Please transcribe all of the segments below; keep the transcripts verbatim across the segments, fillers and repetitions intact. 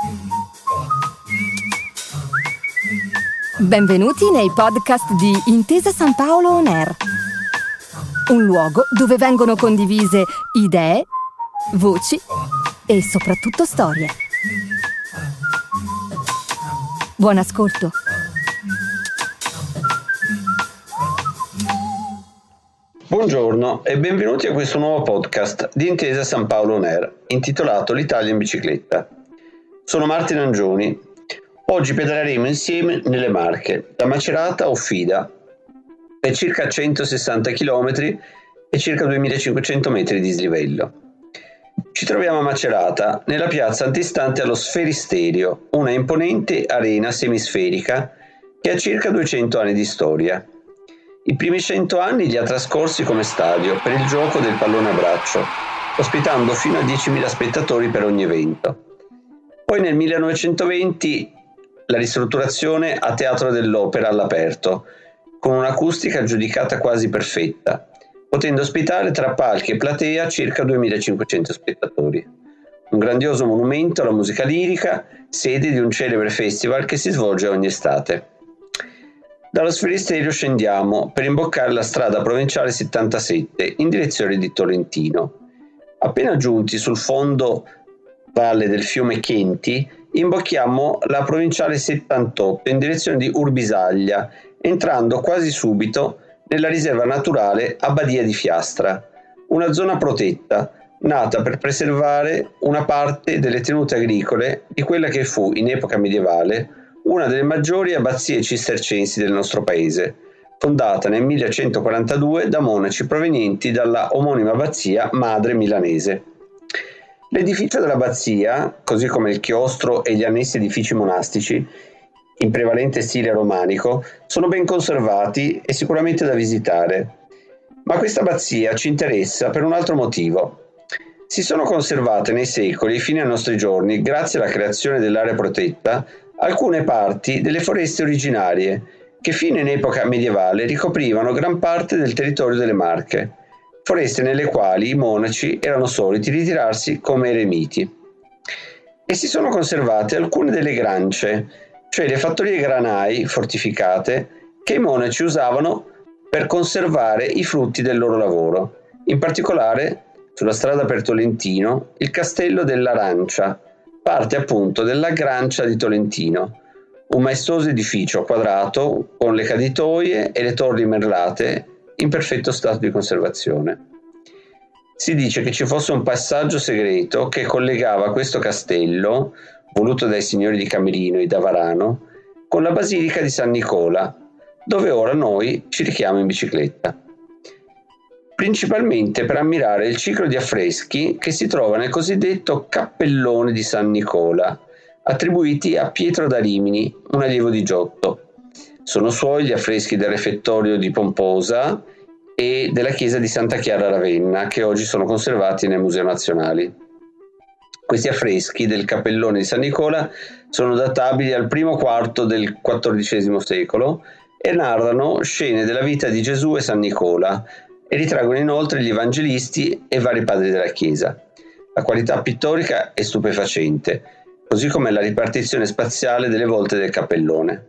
Benvenuti nei podcast di Intesa San Paolo On Air, un luogo dove vengono condivise idee, voci e soprattutto storie. Buon ascolto. Buongiorno e benvenuti a questo nuovo podcast di Intesa San Paolo On Air, intitolato L'Italia in bicicletta. Sono Martin Angioni. Oggi pedaleremo insieme nelle Marche, da Macerata a Offida. È circa centosessanta chilometri e circa duemilacinquecento metri di dislivello. Ci troviamo a Macerata, nella piazza antistante allo Sferisterio, una imponente arena semisferica che ha circa duecento anni di storia. I primi cento anni li ha trascorsi come stadio per il gioco del pallone a braccio, ospitando fino a diecimila spettatori per ogni evento. Poi nel millenovecentoventi la ristrutturazione a Teatro dell'Opera all'aperto, con un'acustica giudicata quasi perfetta, potendo ospitare tra palchi e platea circa duemilacinquecento spettatori. Un grandioso monumento alla musica lirica, sede di un celebre festival che si svolge ogni estate. Dallo Sferisterio scendiamo per imboccare la strada provinciale settantasette in direzione di Tolentino. Appena giunti sul fondo valle del fiume Chienti, imbocchiamo la provinciale settantotto in direzione di Urbisaglia, entrando quasi subito nella riserva naturale Abbadia di Fiastra, una zona protetta nata per preservare una parte delle tenute agricole di quella che fu in epoca medievale una delle maggiori abbazie cistercensi del nostro paese, fondata nel millecentoquarantadue da monaci provenienti dalla omonima abbazia madre milanese. L'edificio dell'abbazia, così come il chiostro e gli annessi edifici monastici, in prevalente stile romanico, sono ben conservati e sicuramente da visitare. Ma questa abbazia ci interessa per un altro motivo. Si sono conservate nei secoli e fino ai nostri giorni, grazie alla creazione dell'area protetta, alcune parti delle foreste originarie che fino in epoca medievale ricoprivano gran parte del territorio delle Marche, foreste nelle quali i monaci erano soliti ritirarsi come eremiti. E si sono conservate alcune delle grance, cioè le fattorie granai fortificate che i monaci usavano per conservare i frutti del loro lavoro, in particolare sulla strada per Tolentino il castello dell'Arancia, parte appunto della Grancia di Tolentino, un maestoso edificio quadrato con le caditoie e le torri merlate in perfetto stato di conservazione. Si dice che ci fosse un passaggio segreto che collegava questo castello, voluto dai signori di Camerino, i Davarano, con la basilica di San Nicola, dove ora noi ci richiamo in bicicletta. Principalmente per ammirare il ciclo di affreschi che si trova nel cosiddetto Cappellone di San Nicola, attribuiti a Pietro da Rimini, un allievo di Giotto. Sono suoi gli affreschi del refettorio di Pomposa e della chiesa di Santa Chiara a Ravenna, che oggi sono conservati nei Musei Nazionali. Questi affreschi del Cappellone di San Nicola sono databili al primo quarto del quattordicesimo secolo e narrano scene della vita di Gesù e San Nicola e ritraggono inoltre gli evangelisti e vari padri della Chiesa. La qualità pittorica è stupefacente, così come la ripartizione spaziale delle volte del cappellone.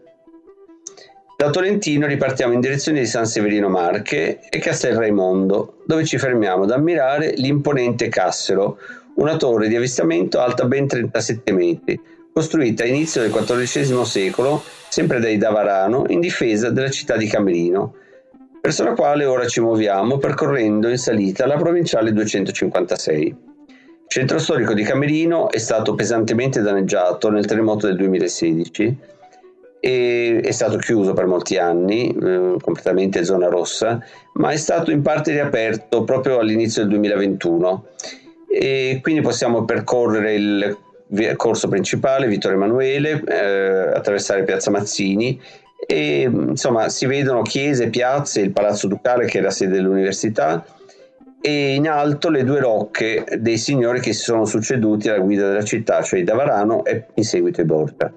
Da Tolentino ripartiamo in direzione di San Severino Marche e Castel Raimondo, dove ci fermiamo ad ammirare l'imponente Cassero, una torre di avvistamento alta ben trentasette metri, costruita a inizio del quattordicesimo secolo, sempre dai Davarano, in difesa della città di Camerino, verso la quale ora ci muoviamo percorrendo in salita la provinciale duecentocinquantasei. Il centro storico di Camerino è stato pesantemente danneggiato nel terremoto del duemilasedici e è stato chiuso per molti anni, eh, completamente zona rossa, ma è stato in parte riaperto proprio all'inizio del duemilaventuno e quindi possiamo percorrere il corso principale Vittorio Emanuele, eh, attraversare Piazza Mazzini e insomma si vedono chiese, piazze, il Palazzo Ducale che è la sede dell'università e in alto le due rocche dei signori che si sono succeduti alla guida della città, cioè i Davarano e in seguito i Borgia.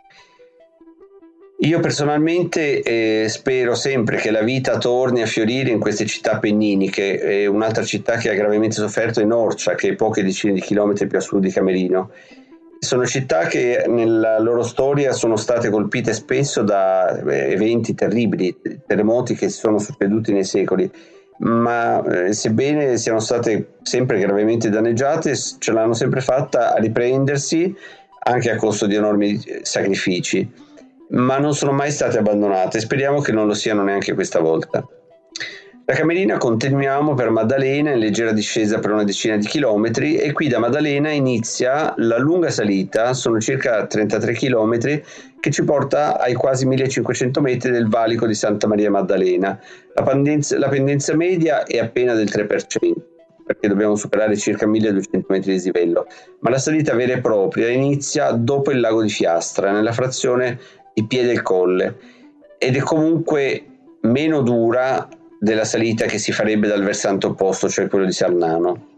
Io personalmente eh, spero sempre che la vita torni a fiorire in queste città appenniniche. Eh, un'altra città che ha gravemente sofferto è Norcia, che è poche decine di chilometri più a sud di Camerino, Sono città che nella loro storia sono state colpite spesso da eventi terribili, terremoti che si sono succeduti nei secoli, ma eh, sebbene siano state sempre gravemente danneggiate, ce l'hanno sempre fatta a riprendersi, anche a costo di enormi sacrifici, ma non sono mai state abbandonate. Speriamo che non lo siano neanche questa volta. Da Camerina continuiamo per Maddalena in leggera discesa per una decina di chilometri, e qui da Maddalena inizia la lunga salita, sono circa trentatré chilometri, che ci porta ai quasi millecinquecento metri del valico di Santa Maria Maddalena. La pendenza, la pendenza media è appena del tre per cento, perché dobbiamo superare circa milleduecento metri di dislivello, ma la salita vera e propria inizia dopo il lago di Fiastra, nella frazione di Piede del Colle, ed è comunque meno dura della salita che si farebbe dal versante opposto, cioè quello di Sarnano.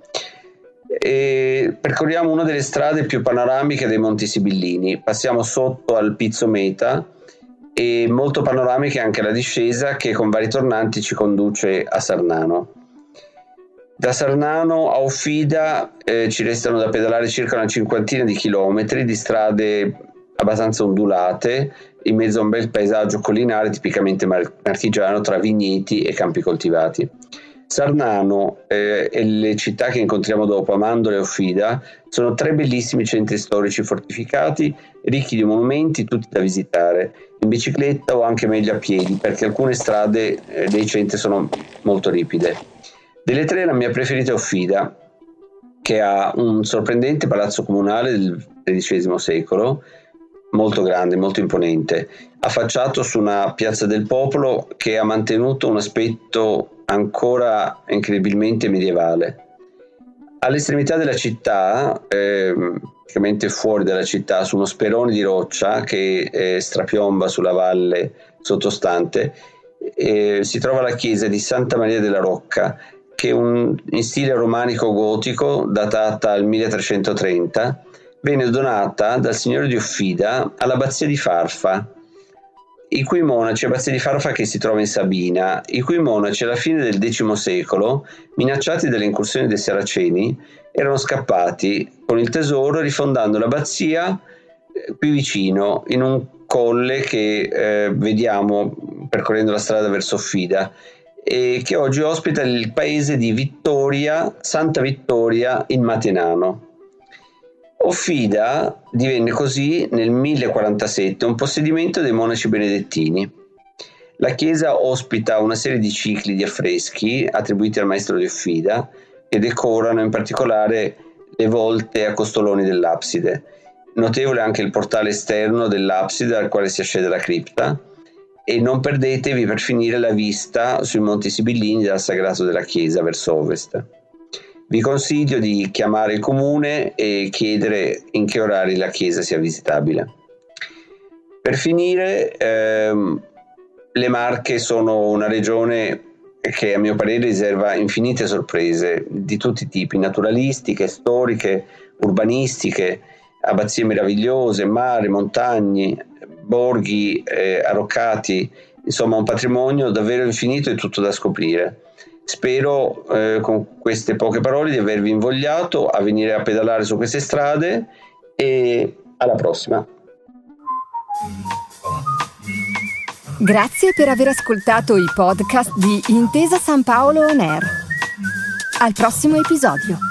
E percorriamo una delle strade più panoramiche dei Monti Sibillini, passiamo sotto al Pizzo Meta, e molto panoramica anche la discesa che con vari tornanti ci conduce a Sarnano. Da Sarnano a Offida eh, ci restano da pedalare circa una cinquantina di chilometri di strade abbastanza ondulate, in mezzo a un bel paesaggio collinare tipicamente marchigiano tra vigneti e campi coltivati. Sarnano eh, e le città che incontriamo dopo, Amandola e Offida, sono tre bellissimi centri storici fortificati, ricchi di monumenti, tutti da visitare, in bicicletta o anche meglio a piedi, perché alcune strade eh, dei centri sono molto ripide. Delle tre la mia preferita è Offida, che ha un sorprendente palazzo comunale del tredicesimo secolo, molto grande, molto imponente, affacciato su una piazza del popolo che ha mantenuto un aspetto ancora incredibilmente medievale. All'estremità della città, eh, praticamente fuori dalla città, su uno sperone di roccia che eh, strapiomba sulla valle sottostante, eh, si trova la chiesa di Santa Maria della Rocca, che è un, in stile romanico gotico, datata al milletrecentotrenta, venne donata dal signore di Offida all'abbazia di Farfa, i cui monaci, abbazia di Farfa che si trova in Sabina, i cui monaci alla fine del X secolo, minacciati dalle incursioni dei Saraceni, erano scappati con il tesoro, rifondando l'abbazia eh, qui vicino, in un colle che eh, vediamo percorrendo la strada verso Offida, e che oggi ospita il paese di Vittoria, Santa Vittoria in Matenano. Offida divenne così nel millequarantasette un possedimento dei monaci benedettini. La chiesa ospita una serie di cicli di affreschi attribuiti al maestro di Offida, che decorano in particolare le volte a costoloni dell'abside. Notevole anche il portale esterno dell'abside al quale si accede alla cripta, e non perdetevi per finire la vista sui Monti Sibillini dal sagrato della chiesa verso ovest. Vi consiglio di chiamare il comune e chiedere in che orari la chiesa sia visitabile. Per finire, ehm, le Marche sono una regione che a mio parere riserva infinite sorprese di tutti i tipi, naturalistiche, storiche, urbanistiche, abbazie meravigliose, mare, montagne, borghi eh, arroccati, insomma un patrimonio davvero infinito e tutto da scoprire. Spero eh, con queste poche parole di avervi invogliato a venire a pedalare su queste strade, e alla prossima. Grazie per aver ascoltato i podcast di Intesa San Paolo On Air. Al prossimo episodio.